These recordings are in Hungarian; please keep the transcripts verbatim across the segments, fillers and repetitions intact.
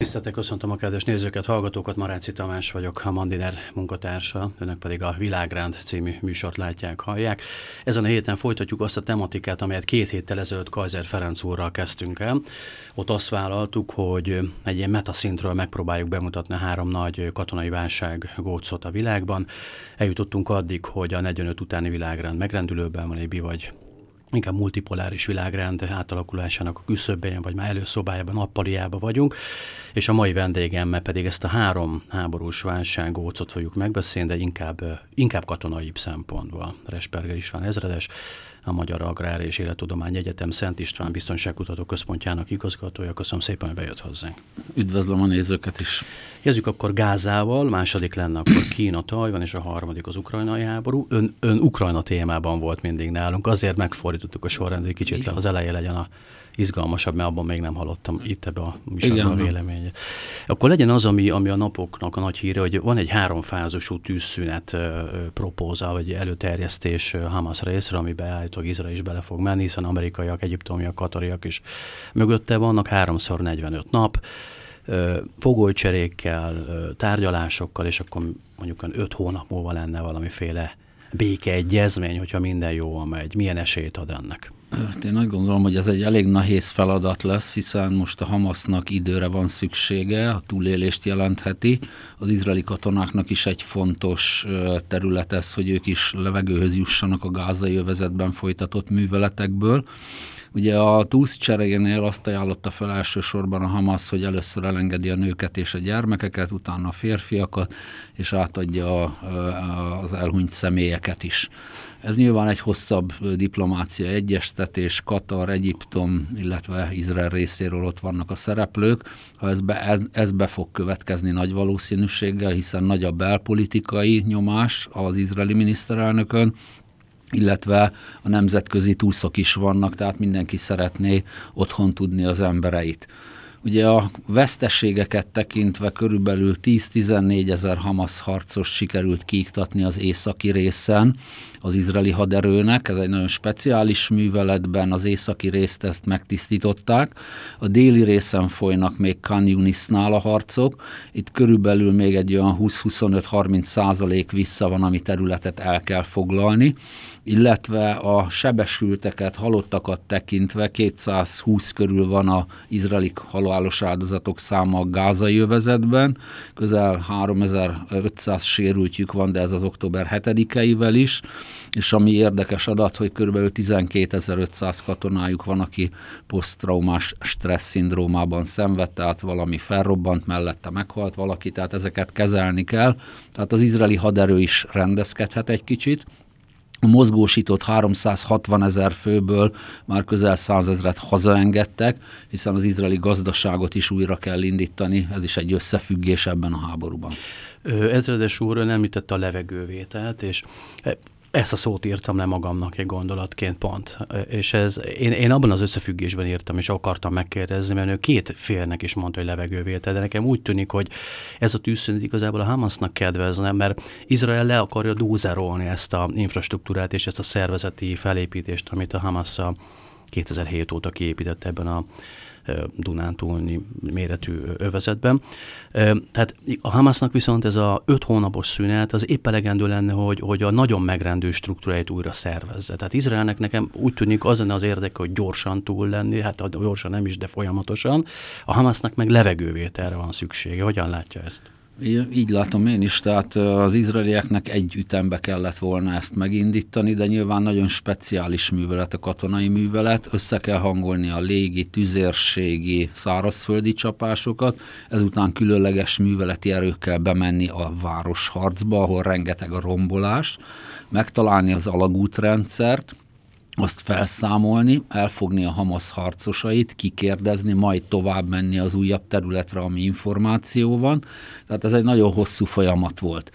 Tiszteltek, köszöntöm a kedves nézőket, hallgatókat, Maráci Tamás vagyok, a Mandiner munkatársa, önök pedig a Világrend című műsort látják, hallják. Ezen a héten folytatjuk azt a tematikát, amelyet két héttel ezelőtt Kaiser Ferenc úrral kezdtünk el. Ott azt vállaltuk, hogy egy ilyen metaszintről megpróbáljuk bemutatni a három nagy katonai válság gócot a világban. Eljutottunk addig, hogy a negyvenöt utáni világrend megrendülőben van, egy bi vagy inkább multipoláris világrend átalakulásának a küszöbben, vagy már előszobájában, nappaliában vagyunk, és a mai vendégemmel pedig ezt a három háborús válsággócot fogjuk megbeszélni, de inkább, inkább katonai szempontból. Resperger István ezredes, a Magyar Agrár és Élettudomány Egyetem Szent István Biztonságkutató Központjának igazgatója. Köszönöm szépen, hogy bejött hozzánk. Üdvözlöm a nézőket is. Kezdjük akkor Gázával, második lenne akkor Kína, Tajvan, és a harmadik az ukrajnai háború. Ön, ön Ukrajna témában volt mindig nálunk, azért megfordítottuk a sorrendet, kicsit le, az eleje legyen a izgalmasabb, mert abban még nem hallottam itt ebbe a műsorban a véleményet. Akkor legyen az, ami, ami a napoknak a nagy híre, hogy van egy háromfázisú tűzszünet uh, propózál, vagy előterjesztés uh, Hamas részre, amiben állítólag Izrael is bele fog menni, hiszen amerikaiak, egyiptomiak, katariak is mögötte vannak, háromszor negyvenöt nap, uh, fogolycserékkel, uh, tárgyalásokkal, és akkor mondjuk öt hónap múlva lenne valamiféle békeegyezmény, hogyha minden jól megy. Milyen esélyt ad ennek? Én azt gondolom, hogy ez egy elég nehéz feladat lesz, hiszen most a Hamasnak időre van szüksége, a túlélést jelentheti. Az izraeli katonáknak is egy fontos terület ez, hogy ők is levegőhöz jussanak a gázai övezetben folytatott műveletekből. Ugye a tűzcserénél azt ajánlotta fel elsősorban a Hamas, hogy először elengedi a nőket és a gyermekeket, utána a férfiakat, és átadja a, a, az elhunyt személyeket is. Ez nyilván egy hosszabb diplomácia egyeztetés, Katar, Egyiptom, illetve Izrael részéről ott vannak a szereplők. Ha ez be, ez, ez be fog következni nagy valószínűséggel, hiszen nagy a belpolitikai nyomás az izraeli miniszterelnökön, illetve a nemzetközi túszok is vannak, tehát mindenki szeretné otthon tudni az embereit. Ugye a veszteségeket tekintve körülbelül tíz-tizennégy ezer Hamas harcos sikerült kiiktatni az északi részen az izraeli haderőnek, ez egy nagyon speciális műveletben, az északi részt ezt megtisztították. A déli részen folynak még Khan Yunisnál a harcok, itt körülbelül még egy olyan húsz-huszonöt-harminc százalék vissza van, ami területet el kell foglalni, illetve a sebesülteket, halottakat tekintve kétszázhúsz körül van az izraeli halálos áldozatok száma a gázai övezetben, közel háromezer-ötszáz sérültjük van, de ez az október hetedikeivel is, és ami érdekes adat, hogy kb. tizenkétezer-ötszáz katonájuk van, aki poszttraumás stressz szindrómában szenved, tehát valami felrobbant, mellette meghalt valaki, tehát ezeket kezelni kell. Tehát az izraeli haderő is rendezkedhet egy kicsit. A mozgósított háromszázhatvan ezer főből már közel százezret hazaengedtek, hiszen az izraeli gazdaságot is újra kell indítani, ez is egy összefüggés ebben a háborúban. Ezredes úr, ön említette a levegővételt, és ezt a szót írtam le magamnak egy gondolatként pont. És ez, én, én abban az összefüggésben írtam, és akartam megkérdezni, mert ő két félnek is mondta, hogy levegővétel, de nekem úgy tűnik, hogy ez a tűzszünet igazából a Hamasnak kedvezne, mert Izrael le akarja dózerolni ezt a infrastruktúrát és ezt a szervezeti felépítést, amit a Hamas kétezer-hét óta kiépített ebben a Dunántúlni méretű övezetben. Tehát a Hamasnak viszont ez a öt hónapos szünet az épp elegendő lenne, hogy, hogy a nagyon megrendő struktúráit újra szervezze. Tehát Izraelnek nekem úgy tűnik az lenne az érdeke, hogy gyorsan túl lenni, hát gyorsan nem is, de folyamatosan. A Hamasnak meg levegővételre van szüksége. Hogyan látja ezt? Így látom én is, tehát az izraelieknek egy ütembe kellett volna ezt megindítani, de nyilván nagyon speciális művelet a katonai művelet, össze kell hangolni a légi, tüzérségi, szárazföldi csapásokat, ezután különleges műveleti erőkkel bemenni a városharcba, ahol rengeteg a rombolás, megtalálni az alagútrendszert, azt felszámolni, elfogni a Hamas harcosait, kikérdezni, majd tovább menni az újabb területre, ami információ van. Tehát ez egy nagyon hosszú folyamat volt.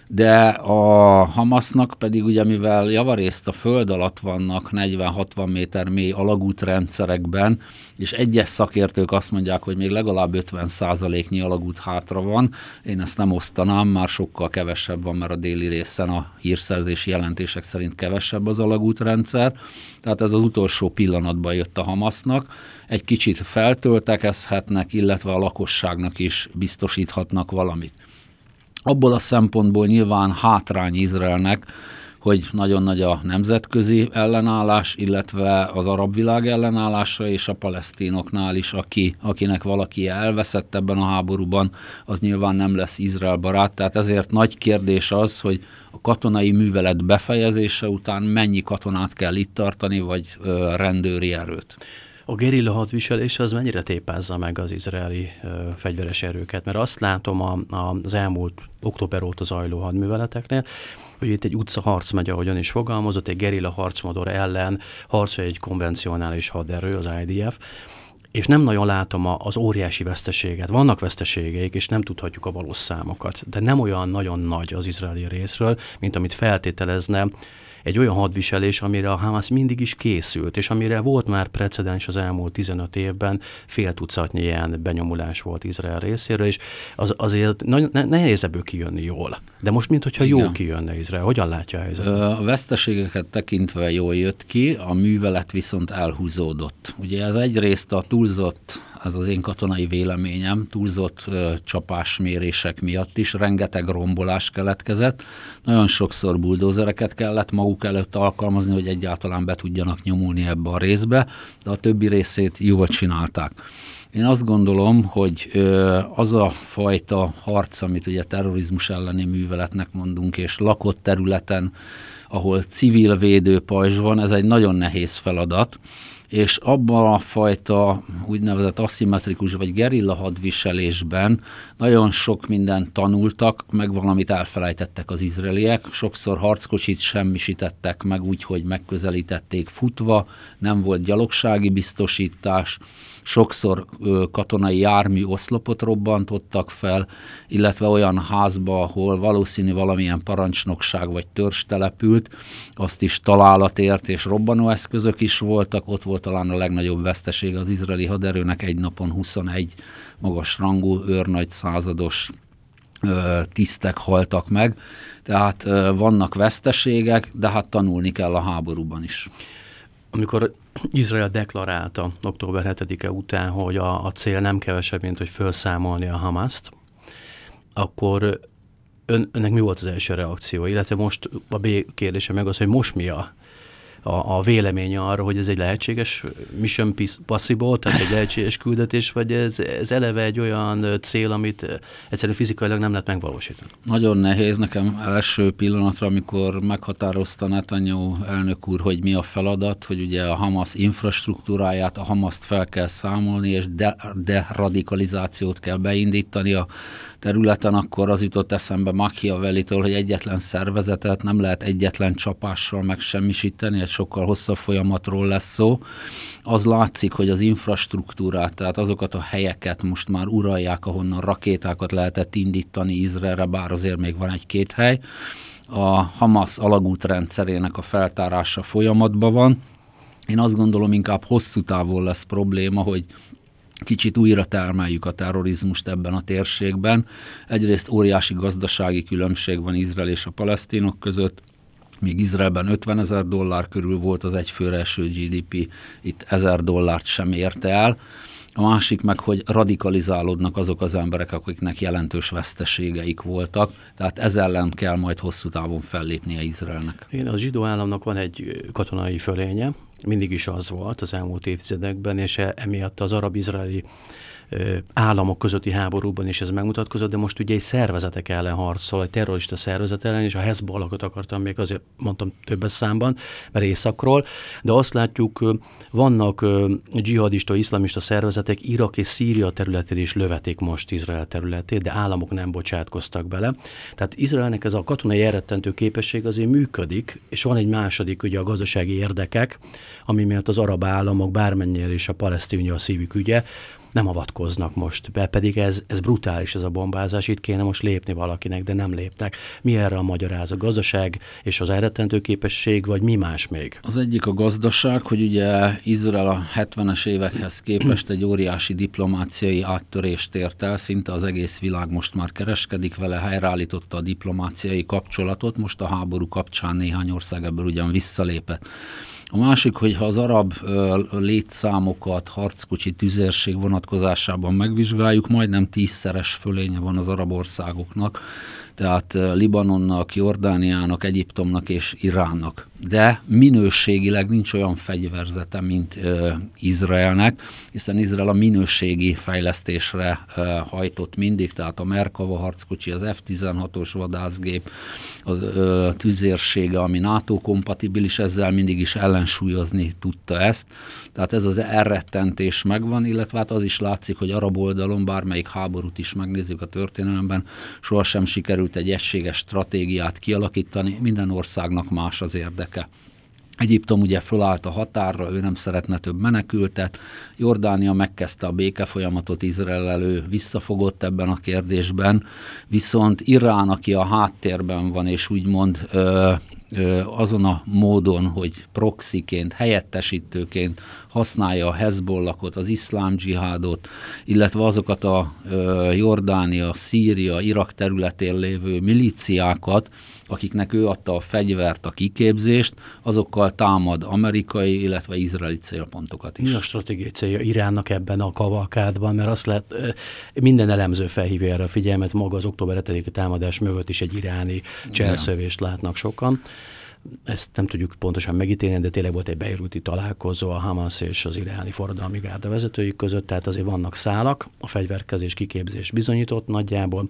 De a Hamasnak pedig ugye, mivel javarészt a föld alatt vannak negyven-hatvan méter mély alagútrendszerekben, és egyes szakértők azt mondják, hogy még legalább ötven százaléknyi alagút hátra van, én ezt nem osztanám, már sokkal kevesebb van, mert a déli részen a hírszerzési jelentések szerint kevesebb az alagútrendszer, tehát ez az utolsó pillanatban jött a Hamasnak. Egy kicsit feltöltekezhetnek, illetve a lakosságnak is biztosíthatnak valamit. Abból a szempontból nyilván hátrány Izraelnek, hogy nagyon nagy a nemzetközi ellenállás, illetve az arab világ ellenállása, és a palesztinoknál is, aki, akinek valaki elveszett ebben a háborúban, az nyilván nem lesz Izrael barát. Tehát ezért nagy kérdés az, hogy a katonai művelet befejezése után mennyi katonát kell itt tartani, vagy ö, rendőri erőt. A gerilla hadviselés az mennyire tépázza meg az izraeli ö, fegyveres erőket? Mert azt látom a, a, az elmúlt október óta zajló hadműveleteknél, hogy itt egy utcaharc megy, ahogyan is fogalmazott, egy gerilla harcmodor ellen harcolja egy konvencionális haderő, az i dé ef, és nem nagyon látom a, az óriási veszteséget. Vannak veszteségeik, és nem tudhatjuk a valós számokat, de nem olyan nagyon nagy az izraeli részről, mint amit feltételezne egy olyan hadviselés, amire a Hamas mindig is készült, és amire volt már precedens az elmúlt tizenöt évben, fél tucatnyi ilyen benyomulás volt Izrael részéről, és az, azért nagyon nehéz ebből kijönni jól. De most, mintha jó kijönne Izrael. Hogyan látja a helyzetet? A veszteségeket tekintve jól jött ki, a művelet viszont elhúzódott. Ugye ez egyrészt a túlzott, ez az én katonai véleményem, túlzott ö, csapásmérések miatt is rengeteg rombolás keletkezett. Nagyon sokszor buldózereket kellett maguk előtt alkalmazni, hogy egyáltalán be tudjanak nyomulni ebbe a részbe, de a többi részét jól csinálták. Én azt gondolom, hogy ö, az a fajta harc, amit ugye terrorizmus elleni műveletnek mondunk, és lakott területen, ahol civil védőpajzs van, ez egy nagyon nehéz feladat, és abban a fajta úgynevezett aszimmetrikus vagy gerilla hadviselésben nagyon sok mindent tanultak, meg valamit elfelejtettek az izraeliek. Sokszor harckocsit semmisítettek meg úgy, hogy megközelítették futva, nem volt gyalogsági biztosítás, sokszor ö, katonai jármű oszlopot robbantottak fel, illetve olyan házba, ahol valószínű valamilyen parancsnokság vagy törzs települt, azt is találat ért, és robbanóeszközök is voltak, ott volt talán a legnagyobb veszteség az izraeli haderőnek, egy napon huszonegy magas rangú őrnagy százados ö, tisztek haltak meg, tehát ö, vannak veszteségek, de hát tanulni kell a háborúban is. Amikor Izrael deklarálta október hetedike után, hogy a, a cél nem kevesebb, mint hogy felszámolni a Hamaszt, akkor ön, önnek mi volt az első reakció? Illetve most a B kérdése meg az, hogy most mi a, a, a véleménye arra, hogy ez egy lehetséges mission possible, tehát egy lehetséges küldetés, vagy ez, ez eleve egy olyan cél, amit egyszerűen fizikailag nem lehet megvalósítani? Nagyon nehéz nekem első pillanatra, amikor meghatározta Netanyahu elnök úr, hogy mi a feladat, hogy ugye a Hamas infrastruktúráját, a Hamaszt fel kell számolni, és de, de radikalizációt kell beindítani a területen, akkor az jutott eszembe Machiavellitől, hogy egyetlen szervezetet nem lehet egyetlen csapással megsemmisíteni, egy sokkal hosszabb folyamatról lesz szó. Az látszik, hogy az infrastruktúrát, tehát azokat a helyeket most már uralják, ahonnan rakétákat lehetett indítani Izraelre, bár azért még van egy-két hely. A Hamas alagútrendszerének a feltárása folyamatban van. Én azt gondolom, inkább hosszú távon lesz probléma, hogy kicsit újra termeljük a terrorizmust ebben a térségben. Egyrészt óriási gazdasági különbség van Izrael és a palesztinok között, míg Izraelben ötvenezer dollár körül volt az egyfőre eső gé dé pé, itt ezer dollárt sem érte el. A másik meg, hogy radikalizálódnak azok az emberek, akiknek jelentős veszteségeik voltak, tehát ez ellen kell majd hosszú távon fellépnie Izraelnek. Igen, a zsidó államnak van egy katonai fölénye, mindig is az volt az elmúlt évtizedekben, és emiatt az arab-izraeli államok közötti háborúban is ez megmutatkozott, de most ugye egy szervezetek ellen harcol, egy terrorista szervezet ellen, és a Hezbollahot akartam még azért mondtam többes számban, mert északról, de azt látjuk, vannak dzsihadista, iszlamista szervezetek Irak és Szíria területén is lövetik most Izrael területét, de államok nem bocsátkoztak bele. Tehát Izraelnek ez a katonai elrettentő képesség azért működik, és van egy második, ugye a gazdasági érdekek, ami miatt az arab államok bármennyire is a palesztin a szívük ügye, nem avatkoznak most be, pedig ez, ez brutális ez a bombázás, itt kéne most lépni valakinek, de nem léptek. Mi erre a magyaráz? A gazdaság és az elrettentő képesség, vagy mi más még? Az egyik a gazdaság, hogy ugye Izrael a hetvenes évekhez képest egy óriási diplomáciai áttörést ért el, szinte az egész világ most már kereskedik vele, helyreállította a diplomáciai kapcsolatot, most a háború kapcsán néhány ország ebből ugyan visszalépett. A másik, hogyha az arab ö, létszámokat, harckocsi tüzérség vonatkozásában megvizsgáljuk, majdnem tízszeres fölénye van az arab országoknak, tehát Libanonnak, Jordániának, Egyiptomnak és Iránnak. De minőségileg nincs olyan fegyverzete, mint ö, Izraelnek, hiszen Izrael a minőségi fejlesztésre ö, hajtott mindig, tehát a Merkava harckocsi, az ef tizenhatos vadászgép, az ö, tüzérsége, ami NATO-kompatibilis, ezzel mindig is ellensúlyozni tudta ezt. Tehát ez az elrettentés megvan, illetve hát az is látszik, hogy arab oldalon, bármelyik háborút is megnézzük a történelemben, sohasem sikerült egy egységes stratégiát kialakítani, minden országnak más az érdeke. Egyiptom ugye fölállt a határra, ő nem szeretne több menekültet, Jordánia megkezdte a békefolyamatot Izrael elő, visszafogott ebben a kérdésben, viszont Irán, aki a háttérben van, és úgymond ö, ö, azon a módon, hogy proxiként, helyettesítőként használja a Hezbollahot, az iszlám dzsihádot, illetve azokat a ö, Jordánia, Szíria, Irak területén lévő milíciákat, akiknek ő adta a fegyvert, a kiképzést, azokkal támad amerikai, illetve izraeli célpontokat is. Mi a stratégiai célja Iránnak ebben a kavalkádban? Mert azt lehet, minden elemző felhívja erre a figyelmet, maga az október hetedike támadás mögött is egy iráni cselszövést látnak sokan. Ezt nem tudjuk pontosan megítélni, de tényleg volt egy beiruti találkozó a Hamas és az iráni forradalmi gárda vezetői között, tehát azért vannak szálak, a fegyverkezés, kiképzés bizonyított nagyjából.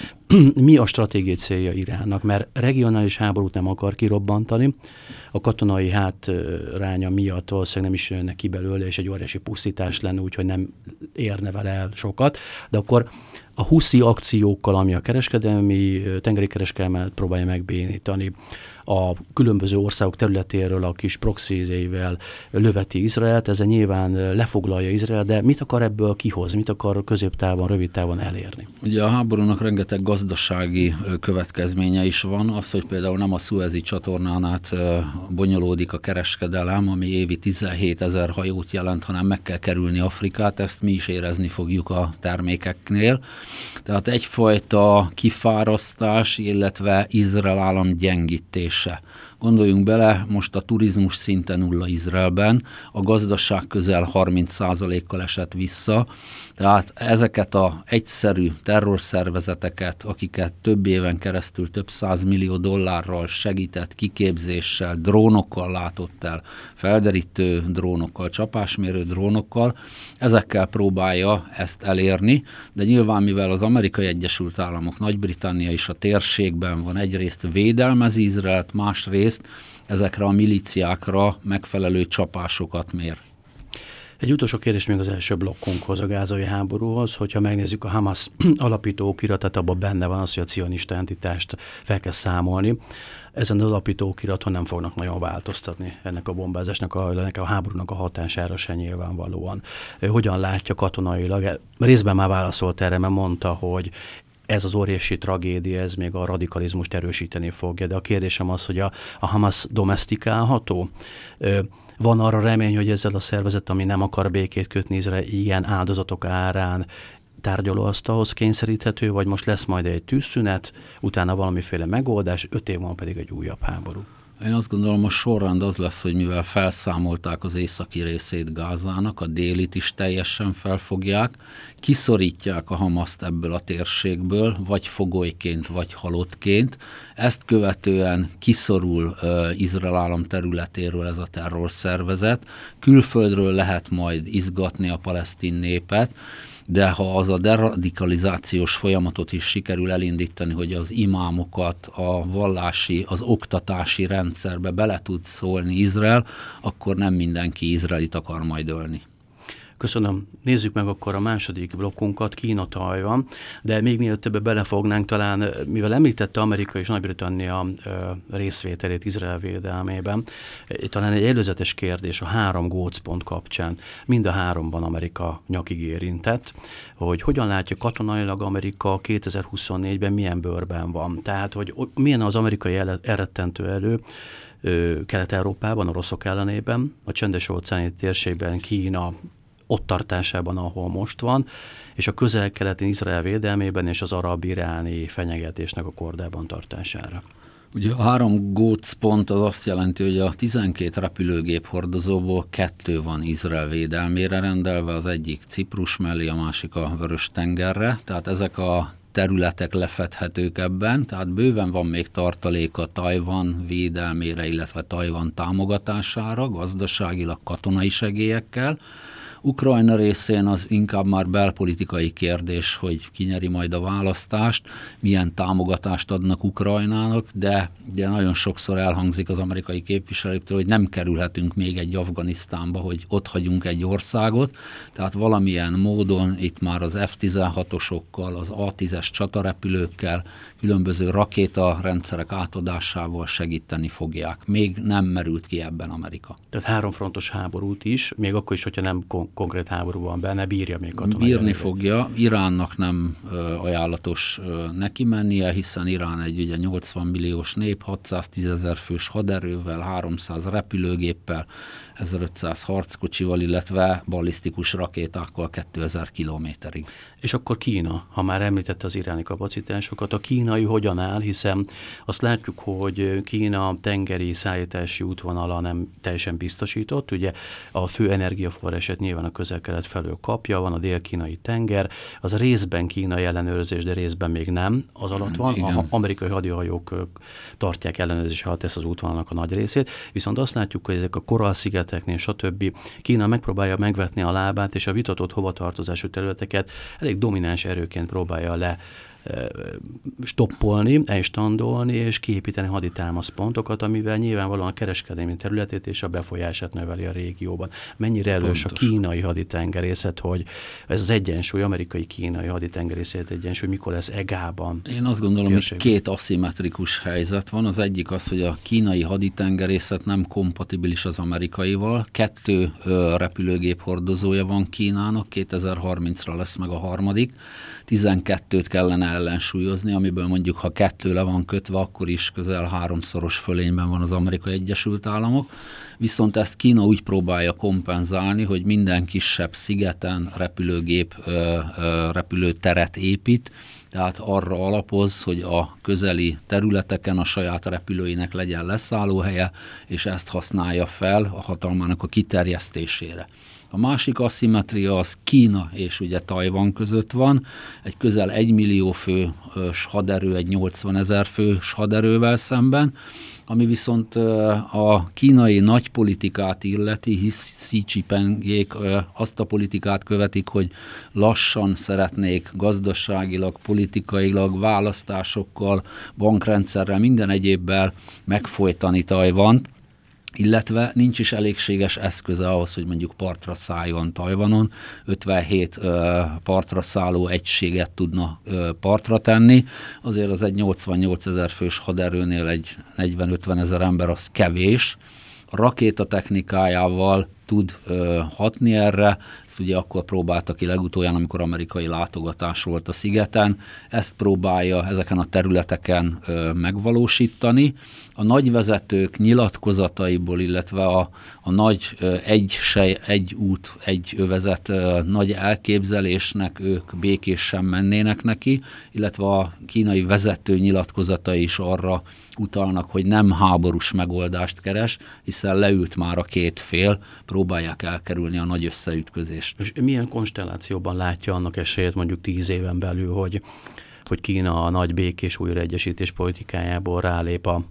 Mi a stratégiai célja Iránnak? Mert regionális háborút nem akar kirobbantani, a katonai hátránya miatt valószínűleg nem is jönnek ki belőle, és egy óriási pusztítás lenne, úgyhogy nem érne vele el sokat, de akkor a huszi akciókkal, ami a kereskedelmi, tengeri kereskedelmet próbálja megbénítani, a különböző országok területéről a kis proxizével löveti Izraelt, ezzel nyilván lefoglalja Izrael, de mit akar ebből kihozni, mit akar középtávon, rövid távon elérni? Ugye a háborúnak rengeteg gazdasági következménye is van, az, hogy például nem a Szuezi csatornán át bonyolódik a kereskedelem, ami évi tizenhétezer hajót jelent, hanem meg kell kerülni Afrikát, ezt mi is érezni fogjuk a termékeknél. Tehát egyfajta kifárasztás, illetve Izrael állam gyengítése. Gondoljunk bele, most a turizmus szinte nulla Izraelben, a gazdaság közel harminc százalékkal esett vissza, tehát ezeket az egyszerű terrorszervezeteket, akiket több éven keresztül több százmillió dollárral segített, kiképzéssel, drónokkal látott el, felderítő drónokkal, csapásmérő drónokkal, ezekkel próbálja ezt elérni, de nyilván mivel az Amerikai Egyesült Államok, Nagy-Britannia is a térségben van, egyrészt védelmezi Izraelt, másrészt ezekre a milíciákra megfelelő csapásokat mér. Egy utolsó kérdés még az első blokkunkhoz, a gázai háborúhoz, hogyha megnézzük a Hamas alapító okiratát, abban benne van az, hogy a cionista entitást fel kell számolni. Ezen az alapító okiraton nem fognak nagyon változtatni ennek a bombázásnak, a, ennek a háborúnak a hatására se nyilvánvalóan. Hogyan látja katonailag? Részben már válaszolt erre, mert mondta, hogy ez az óriási tragédia, ez még a radikalizmust erősíteni fogja, de a kérdésem az, hogy a, a Hamas domesztikálható? Van arra remény, hogy ezzel a szervezet, ami nem akar békét kötni Izrael, ilyen áldozatok árán tárgyalóasztalhoz kényszeríthető, vagy most lesz majd egy tűzszünet, utána valamiféle megoldás, öt év van pedig egy újabb háború? Én azt gondolom, a sorrend az lesz, hogy mivel felszámolták az északi részét Gázának, a délit is teljesen felfogják, kiszorítják a Hamaszt ebből a térségből, vagy fogolyként, vagy halottként. Ezt követően kiszorul uh, Izrael állam területéről ez a terrorszervezet. Külföldről lehet majd izgatni a palesztin népet, de ha az a deradikalizációs folyamatot is sikerül elindítani, hogy az imámokat a vallási, az oktatási rendszerbe bele tud szólni Izrael, akkor nem mindenki izraelit akar majd ölni. Köszönöm. Nézzük meg akkor a második blokkunkat, Kína-Tajvan, de még mielőtt ebbe belefognánk, talán, mivel említette Amerika és Nagy-Britannia részvételét Izrael védelmében, talán egy előzetes kérdés a három gócpont kapcsán. Mind a háromban Amerika nyakig érintett, hogy hogyan látja katonailag Amerika kétezer-huszonnégyben milyen bőrben van. Tehát, hogy milyen az amerikai elrettentő elő Kelet-Európában, a oroszok ellenében, a csendes-óceáni térségben, Kína ott tartásában, ahol most van, és a közel-keleti Izrael védelmében és az arab-iráni fenyegetésnek a kordában tartására. Ugye a három gócpont az azt jelenti, hogy a tizenkét repülőgép hordozóból kettő van Izrael védelmére rendelve, az egyik Ciprus mellé, a másik a Vörös-tengerre, tehát ezek a területek lefedhetők ebben, tehát bőven van még tartalék a Tajvan védelmére, illetve Tajvan támogatására, gazdaságilag katonai segélyekkel. Ukrajna részén az inkább már belpolitikai kérdés, hogy ki nyeri majd a választást, milyen támogatást adnak Ukrajnának, de, de nagyon sokszor elhangzik az amerikai képviselőktől, hogy nem kerülhetünk még egy Afganisztánba, hogy ott hagyunk egy országot, tehát valamilyen módon itt már az ef tizenhatosokkal, az á tízes csatarepülőkkel, különböző rakétarendszerek átadásával segíteni fogják. Még nem merült ki ebben Amerika. Tehát háromfrontos háborút is, még akkor is, hogyha nem kon- konkrét háborúban benne, bírja még katonai. Bírni előre. fogja. Iránnak nem ö, ajánlatos ö, neki mennie, hiszen Irán egy ugye nyolcvan milliós nép, hatszáztízezer fős haderővel, háromszáz repülőgéppel, ezerötszáz harckocsival, illetve ballisztikus rakétákkal kétezer kilométerig. És akkor Kína, ha már említette az iráni kapacitásokat, a kínai hogyan áll, hiszen azt látjuk, hogy Kína tengeri szállítási útvonala nem teljesen biztosított, ugye a fő energiaforrását nyilván a közel-kelet felől kapja, van a dél-kínai tenger, az részben kínai ellenőrzés, de részben még nem az alatt van. Igen. A amerikai hadihajók tartják ellenőrzés alatt ezt az útvonalnak a nagy részét, viszont azt látjuk, hogy ezek a Korall-szigeteknél, stb. Kína megpróbálja megvetni a lábát, és a vitatott hovatartozású területeket elég domináns erőként próbálja le stoppolni, elstandolni és kiépíteni haditámaszpontokat, amivel nyilvánvalóan a kereskedelmi területét és a befolyását növeli a régióban. Mennyire erős a kínai haditengerészet, hogy ez az egyensúly, amerikai kínai haditengerészet egyensúly, mikor lesz egában? Én azt gondolom, hogy két aszimmetrikus helyzet van. Az egyik az, hogy a kínai haditengerészet nem kompatibilis az amerikaival. Kettő ö, repülőgép hordozója van Kínának, kétezer-harmincra lesz meg a harmadik. tizenkettőt kellene ellensúlyozni, amiből mondjuk, ha kettő le van kötve, akkor is közel háromszoros fölényben van az Amerikai Egyesült Államok. Viszont ezt Kína úgy próbálja kompenzálni, hogy minden kisebb szigeten repülőgép, ö, ö, repülőteret épít, tehát arra alapoz, hogy a közeli területeken a saját repülőinek legyen leszállóhelye, és ezt használja fel a hatalmának a kiterjesztésére. A másik aszimmetria az Kína és ugye Tajvan között van, egy közel egymillió fős haderő, egy nyolcvanezer fős haderővel szemben, ami viszont a kínai nagypolitikát illeti, hisz Xi Jinpingék azt a politikát követik, hogy lassan szeretnék gazdaságilag, politikailag, választásokkal, bankrendszerrel, minden egyébbel megfojtani Tajvant, illetve nincs is elégséges eszköze ahhoz, hogy mondjuk partra szálljon Tajvanon, ötvenhét ö, partra szálló egységet tudna ö, partra tenni, azért az egy nyolcvannyolcezer fős haderőnél egy negyven-ötven ezer ember az kevés, a rakétatechnikájával tud ö, hatni erre, ezt ugye akkor próbálta ki legutoljára, amikor amerikai látogatás volt a szigeten, ezt próbálja ezeken a területeken ö, megvalósítani. A nagyvezetők nyilatkozataiból, illetve a, a nagy ö, egy, sej, egy út, egy övezet ö, nagy elképzelésnek ők békésen mennének neki, illetve a kínai vezető nyilatkozatai is arra utalnak, hogy nem háborús megoldást keres, hiszen leült már a két fél, próbálják elkerülni a nagy összeütközést. És milyen konstellációban látja annak esélyét mondjuk tíz éven belül, hogy, hogy Kína a nagy békés újraegyesítés politikájából rálép a,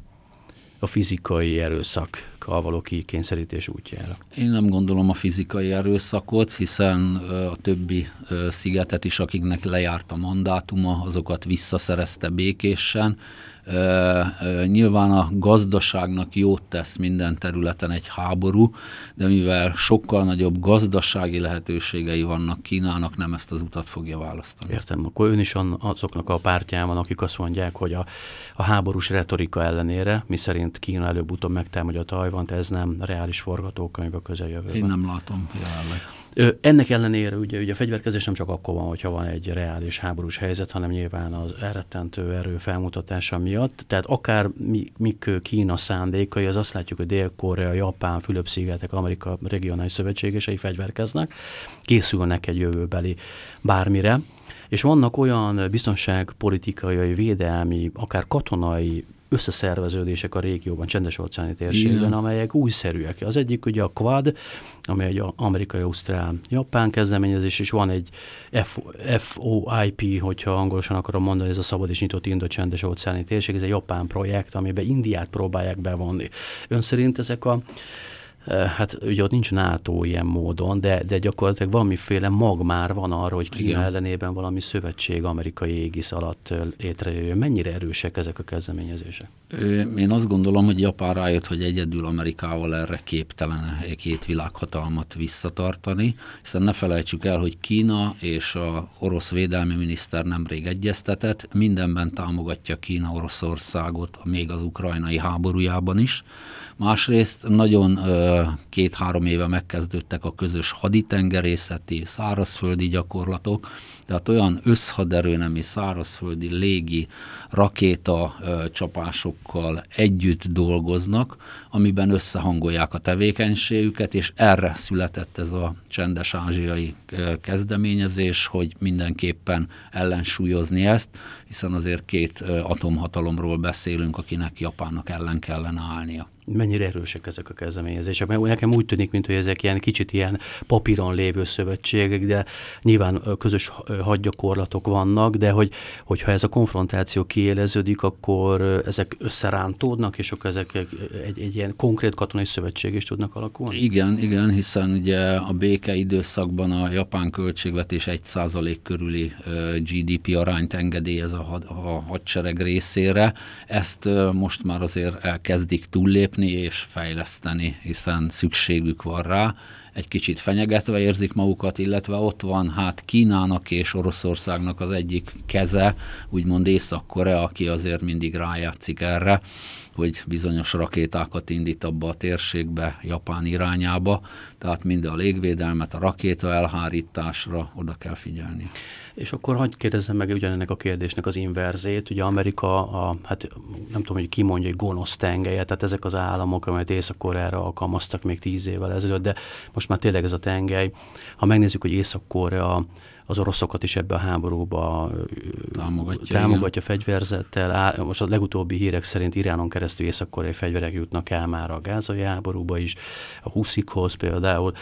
a fizikai erőszakkal való kikényszerítés útjára? Én nem gondolom a fizikai erőszakot, hiszen a többi szigetet is, akiknek lejárt a mandátuma, azokat visszaszerezte békésen. Nyilván a gazdaságnak jót tesz minden területen egy háború, de mivel sokkal nagyobb gazdasági lehetőségei vannak Kínának, nem ezt az utat fogja választani. Értem, akkor ön is azoknak a pártján van, akik azt mondják, hogy a, a háborús retorika ellenére, miszerint Kína előbb-utóbb megtámadja Tajvant, ez nem reális forgatókönyv a közeljövőben. Én nem látom jelenleg. Ennek ellenére ugye, ugye a fegyverkezés nem csak akkor van, hogyha van egy reális háborús helyzet, hanem nyilván az elrettentő erő felmutatása miatt. Tehát akár mi, mik Kína szándékai, az azt látjuk, hogy Dél-Korea, Japán, Fülöp-szigetek, Amerika regionális szövetségesei fegyverkeznek, készülnek egy jövőbeli bármire, és vannak olyan biztonságpolitikai, védelmi, akár katonai összeszerveződések a régióban, Csendes-óceáni térségben, igen, amelyek újszerűek. Az egyik ugye a Quad, amely egy amerikai, ausztrál, japán kezdeményezés, és van egy F O I P, hogyha angolosan akarom mondani, ez a szabad és nyitott Indo-Csendes-óceáni térség, ez egy japán projekt, amiben Indiát próbálják bevonni. Ön szerint ezek a hát ugye ott nincs NATO ilyen módon, de, de gyakorlatilag valamiféle mag már van arra, hogy Kína igen. ellenében valami szövetség amerikai égisz alatt létrejöjjön. Mennyire erősek ezek a kezdeményezések? Én azt gondolom, hogy Japán rájött, hogy egyedül Amerikával erre képtelen két világhatalmat visszatartani, hiszen ne felejtsük el, hogy Kína és az orosz védelmi miniszter nemrég egyeztetett, mindenben támogatja Kína Oroszországot, még az ukrajnai háborújában is. Másrészt nagyon két-három éve megkezdődtek a közös haditengerészeti, szárazföldi gyakorlatok, tehát olyan összhaderőnemi, szárazföldi, légi, rakéta csapásokkal együtt dolgoznak, amiben összehangolják a tevékenységüket, és erre született ez a csendes-ázsiai kezdeményezés, hogy mindenképpen ellensúlyozni ezt, hiszen azért két atomhatalomról beszélünk, akinek Japánnak ellen kellene állnia. Mennyire erősek ezek a kezdeményezések? Mert nekem úgy tűnik, mint hogy ezek ilyen kicsit ilyen papíron lévő szövetségek, de nyilván közös hadgyakorlatok vannak, de hogy, hogyha ez a konfrontáció kiéleződik, akkor ezek összerántódnak, és akkor ezek egy, egy ilyen konkrét katonai szövetség is tudnak alakulni? Igen, igen, hiszen ugye a béke időszakban a japán költségvetés egy százalék körüli G D P arányt engedélyez a, had, a hadsereg részére. Ezt most már azért elkezdik túllépni és fejleszteni, hiszen szükségük van rá. Egy kicsit fenyegetve érzik magukat, illetve ott van hát Kínának és Oroszországnak az egyik keze, úgymond Észak-Korea, aki azért mindig rájátszik erre, hogy bizonyos rakétákat indít abba a térségbe, Japán irányába, tehát mind a légvédelmet, a rakéta elhárításra oda kell figyelni. És akkor hagyj kérdezzem meg ugyanennek a kérdésnek az inverzét. Ugye Amerika, a, hát nem tudom, hogy ki mondja, hogy gonosz tengelye, tehát ezek az államok, amelyet Észak-Koreára alkalmaztak még tíz évvel ezelőtt, de most már tényleg ez a tengely. Ha megnézzük, hogy Észak-Korea az oroszokat is ebbe a háborúba támogatja, támogatja fegyverzettel. Most a legutóbbi hírek szerint Iránon keresztül észak-koreai fegyverek jutnak el már a gázai háborúba is, a huszikhoz például.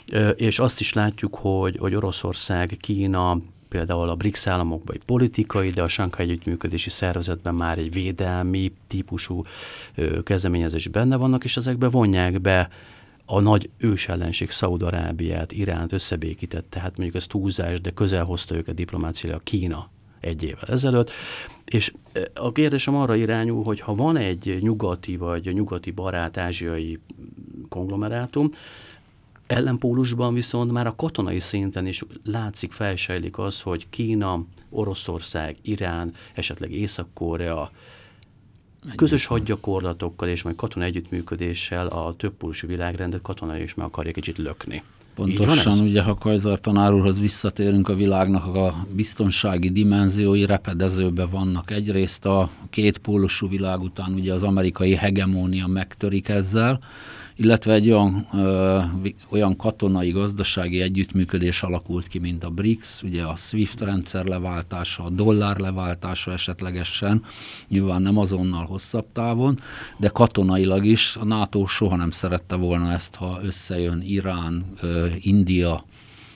És azt is látjuk, hogy, hogy Oroszország, Kína, például a BRICS államokban egy politikai, de a Sanghai Együttműködési Szervezetben már egy védelmi típusú kezdeményezés benne vannak, és ezekbe vonják be a nagy ősellenség Szaúd-Arábiát, Iránt összebékített, tehát mondjuk ez túlzás, de közel hozta őket diplomáciailag Kína egy évvel ezelőtt. És a kérdésem arra irányul, hogy ha van egy nyugati vagy nyugati barát ázsiai konglomerátum, ellenpólusban viszont már a katonai szinten is látszik, felsejlik az, hogy Kína, Oroszország, Irán, esetleg Észak-Korea közös hadgyakorlatokkal és majd katonai együttműködéssel a többpólusú világrendet katonai is meg akarja kicsit lökni. Pontosan, ugye, ha Kajzar tanár úrhoz visszatérünk, a világnak a biztonsági dimenziói repedezőben vannak. Egyrészt a kétpólusú világ után ugye az amerikai hegemónia megtörik ezzel, illetve egy olyan, ö, olyan katonai, gazdasági együttműködés alakult ki, mint a BRICS, ugye a SWIFT rendszer leváltása, a dollár leváltása esetlegesen, nyilván nem azonnal hosszabb távon, de katonailag is a NATO soha nem szerette volna ezt, ha összejön Irán, ö, India,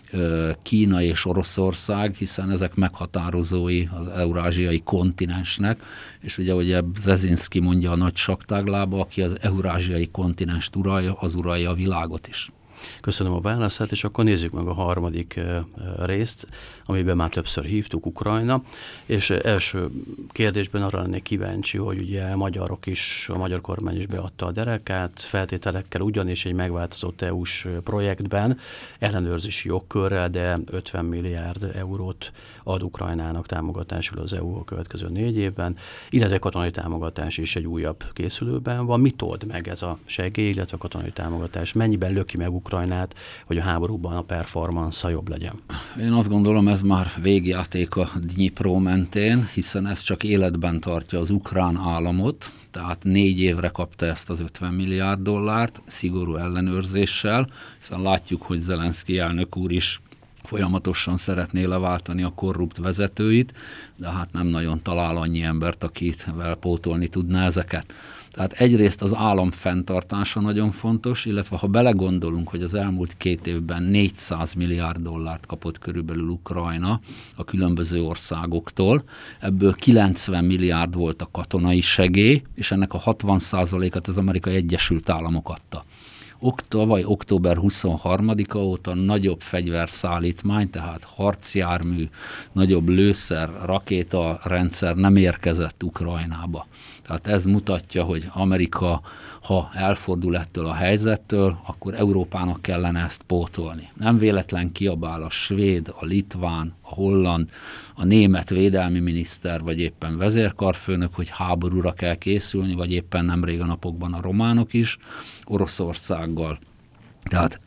Kína és Oroszország, hiszen ezek meghatározói az eurázsiai kontinensnek, és ugye, ugye Brzezinski mondja a nagy saktáglába, aki az eurázsiai kontinenst uralja, az uralja a világot is. Köszönöm a válaszát, és akkor nézzük meg a harmadik részt, amiben már többször hívtuk, Ukrajna, és első kérdésben arra lennék kíváncsi, hogy ugye a magyarok is, a magyar kormány is beadta a derekát, feltételekkel ugyanis egy megváltozott é u-s projektben, ellenőrzési jogkörrel, de ötven milliárd eurót ad Ukrajnának támogatásul az é u a következő négy évben, illetve katonai támogatás is egy újabb készülőben van. Mit old meg ez a segély, illetve a katonai támogatás? Mennyiben löki meg Ukrajnát, hogy a háborúban a performance jobb legyen? Én azt gondolom, ez már végjáték a Dnipro mentén, hiszen ez csak életben tartja az ukrán államot, tehát négy évre kapta ezt az ötven milliárd dollárt, szigorú ellenőrzéssel, hiszen látjuk, hogy Zelenszky elnök úr is folyamatosan szeretné leváltani a korrupt vezetőit, de hát nem nagyon talál annyi embert, akivel pótolni tudná ezeket. Tehát egyrészt az állam fenntartása nagyon fontos, illetve ha belegondolunk, hogy az elmúlt két évben négyszáz milliárd dollárt kapott körülbelül Ukrajna a különböző országoktól, ebből kilencven milliárd volt a katonai segély, és ennek a hatvan százalékát az Amerikai Egyesült Államok adta. Tavaly október huszonharmadika óta nagyobb fegyverszállítmány, tehát harcjármű, nagyobb lőszer, rakétarendszer nem érkezett Ukrajnába. Tehát ez mutatja, hogy Amerika, ha elfordul ettől a helyzettől, akkor Európának kellene ezt pótolni. Nem véletlen kiabál a svéd, a litván, a holland, a német védelmi miniszter, vagy éppen vezérkarfőnök, hogy háborúra kell készülni, vagy éppen nemrég a napokban a románok is, Oroszországgal. Tehát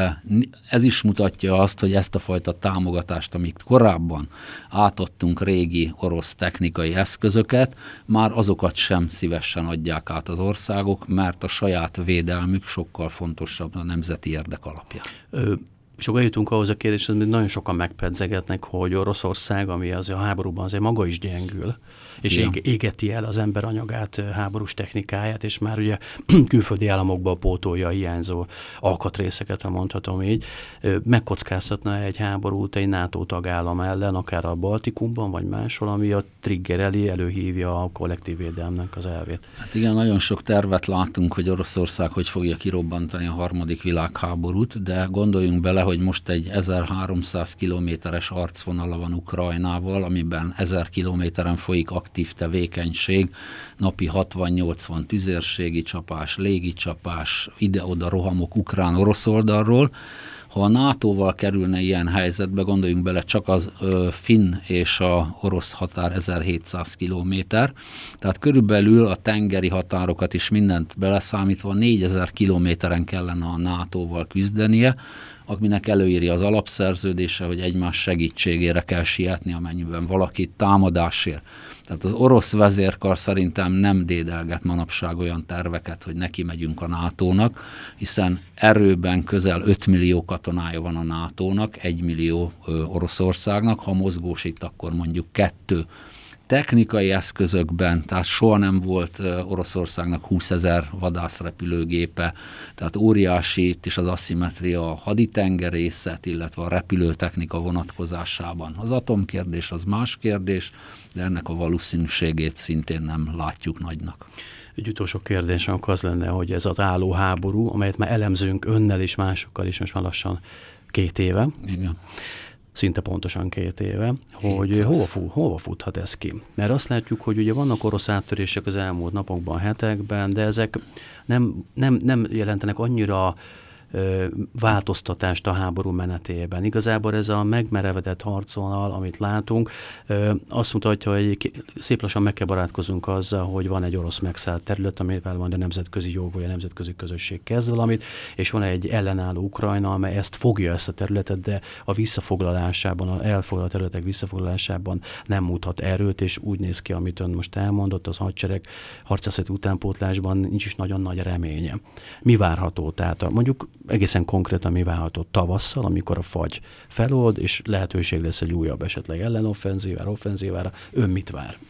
ez is mutatja azt, hogy ezt a fajta támogatást, amit korábban átadtunk régi orosz technikai eszközöket, már azokat sem szívesen adják át az országok, mert a saját védelmük sokkal fontosabb a nemzeti érdek alapján. Ö- És akkor eljutunk ahhoz a kérdéshez, hogy nagyon sokan megpedzegetnek, hogy Oroszország, ami az a háborúban azért maga is gyengül, és ég, égeti el az ember anyagát, háborús technikáját, és már ugye külföldi államokba pótolja a hiányzó alkatrészeket, ha mondhatom így. Megkockáztatna egy háborút egy NATO tagállam ellen, akár a Baltikumban, vagy máshol, ami a triggereli, előhívja a kollektív védelmnek az elvét. Hát igen, nagyon sok tervet látunk, hogy Oroszország hogy fogja kirobbantani a harmadik világháborút, de gondoljunk bele, hogy most egy ezerháromszáz kilométeres arcvonala van Ukrajnával, amiben ezer kilométeren folyik aktív tevékenység, napi hatvan-nyolcvan tüzérségi csapás, légi csapás, ide-oda rohamok ukrán-orosz oldalról. Ha a nátóval kerülne ilyen helyzetbe, gondoljunk bele, csak az ö, finn és a orosz határ ezerhétszáz kilométer, tehát körülbelül a tengeri határokat is mindent beleszámítva négyezer kilométeren kellene a nátóval küzdenie, aminek előírja az alapszerződése, hogy egymás segítségére kell sietni, amennyiben valakit támadásért. Tehát az orosz vezérkar szerintem nem dédelget manapság olyan terveket, hogy neki megyünk a nátónak, hiszen erőben közel öt millió katonája van a nátónak, egy millió Oroszországnak, ha mozgósít, akkor mondjuk kettő. Technikai eszközökben, tehát soha nem volt Oroszországnak húszezer vadászrepülőgépe, tehát óriási itt is az aszimmetria a haditengerészet, illetve a repülőtechnika vonatkozásában. Az atomkérdés az más kérdés, de ennek a valószínűségét szintén nem látjuk nagynak. Egy utolsó kérdés akkor az lenne, hogy ez az álló háború, amelyet már elemzünk önnel és másokkal is most már lassan két éve. Igen. Szinte pontosan két éve, hogy hova, fut, hova futhat ez ki. Mert azt látjuk, hogy ugye vannak orosz áttörések az elmúlt napokban, hetekben, de ezek nem, nem, nem jelentenek annyira ö, változtatást a háború menetében. Igazából ez a megmerevedett harcvonal, amit látunk, ö, azt mutatja, hogy szép lassan meg kell barátkozunk azzal, hogy van egy orosz megszállt terület, amivel van a nemzetközi jog, vagy a nemzetközi közösség kezd valamit, és van egy ellenálló Ukrajna, amely ezt fogja, ezt a területet, de a visszafoglalásában, a elfoglalt területek visszafoglalásában nem mutat erőt, és úgy néz ki, amit ön most elmondott, az hadsereg harcászati utánpótlásban nincs is nagyon nagy reménye. Mi várható? Tehát mondjuk egészen konkrétan mi várható tavasszal, amikor a fagy felold, és lehetőség lesz egy újabb esetleg ellenoffenzívára, offenzívára. Ön mit vár?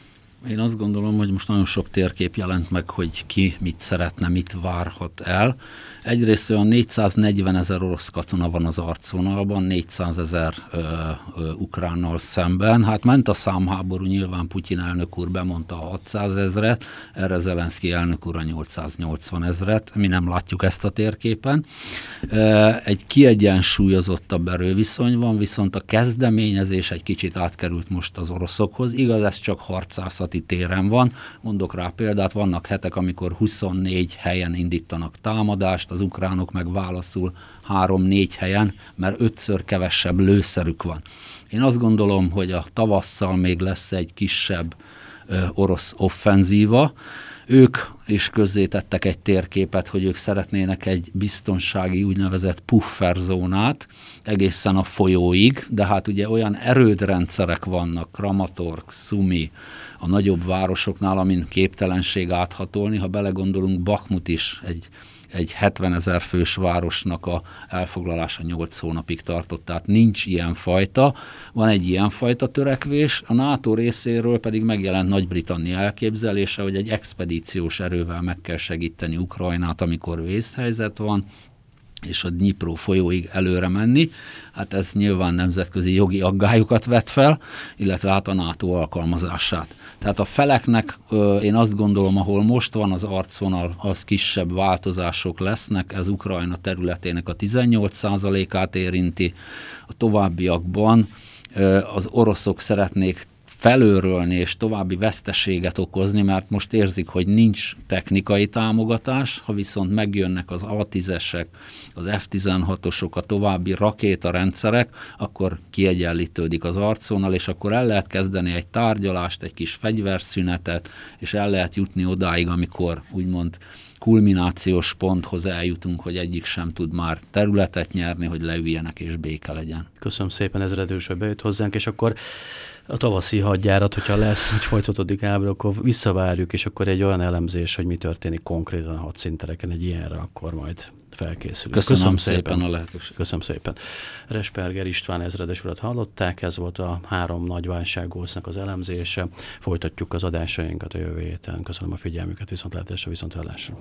Én azt gondolom, hogy most nagyon sok térkép jelent meg, hogy ki mit szeretne, mit várhat el. Egyrészt olyan négyszáznegyvenezer orosz katona van az arcvonalban, négyszázezer ukránnal szemben. Hát ment a számháború, nyilván Putyin elnök úr bemondta a hatszázezret, erre Zelenszky elnök úr a nyolcszáznyolcvanezret. Mi nem látjuk ezt a térképen. Egy kiegyensúlyozottabb erőviszony van, viszont a kezdeményezés egy kicsit átkerült most az oroszokhoz. Igaz, ez csak harcászati téren van. Mondok rá példát, vannak hetek, amikor huszonnégy helyen indítanak támadást, az ukránok meg válaszul három-négy helyen, mert ötször kevesebb lőszerük van. Én azt gondolom, hogy a tavasszal még lesz egy kisebb ö, orosz offenzíva. Ők is közzétettek egy térképet, hogy ők szeretnének egy biztonsági úgynevezett pufferzónát egészen a folyóig, de hát ugye olyan erődrendszerek vannak, Kramatorsk, Szumi, a nagyobb városoknál, amin képtelenség áthatolni. Ha belegondolunk, Bakhmut is egy egy hetvenezer fős városnak a elfoglalása nyolc hónapig tartott, tehát nincs ilyen fajta. Van egy ilyen fajta törekvés, a NATO részéről pedig megjelent Nagy-Britannia elképzelése, hogy egy expedíciós erővel meg kell segíteni Ukrajnát, amikor vészhelyzet van, és a Dnyipró folyóig előre menni. Hát ez nyilván nemzetközi jogi aggályokat vet fel, illetve hát a NATO alkalmazását. Tehát a feleknek én azt gondolom, ahol most van az arcvonal, az kisebb változások lesznek, ez Ukrajna területének a tizennyolc százalékát érinti. A továbbiakban az oroszok szeretnék felőrölni és további veszteséget okozni, mert most érzik, hogy nincs technikai támogatás, ha viszont megjönnek az á tízesek, az ef tizenhatosok, a további rakétarendszerek, akkor kiegyenlítődik az arcvonal, és akkor el lehet kezdeni egy tárgyalást, egy kis fegyverszünetet, és el lehet jutni odáig, amikor úgymond kulminációs ponthoz eljutunk, hogy egyik sem tud már területet nyerni, hogy leüljenek és béke legyen. Köszönöm szépen, ezredős, hogy bejött hozzánk, és akkor a tavaszi hadjárat, hogyha lesz, hogy folytatódik ábra, akkor visszavárjuk, és akkor egy olyan elemzés, hogy mi történik konkrétan a hadszíntereken, egy ilyenre, akkor majd felkészülünk. Köszönöm, Köszönöm szépen, szépen a lehetőséget. Köszönöm szépen. Resperger István ezredes urat hallották, ez volt a három nagy válságósznak az elemzése. Folytatjuk az adásainkat a jövő héten. Köszönöm a figyelmüket, viszontlátásra, viszonthallásra.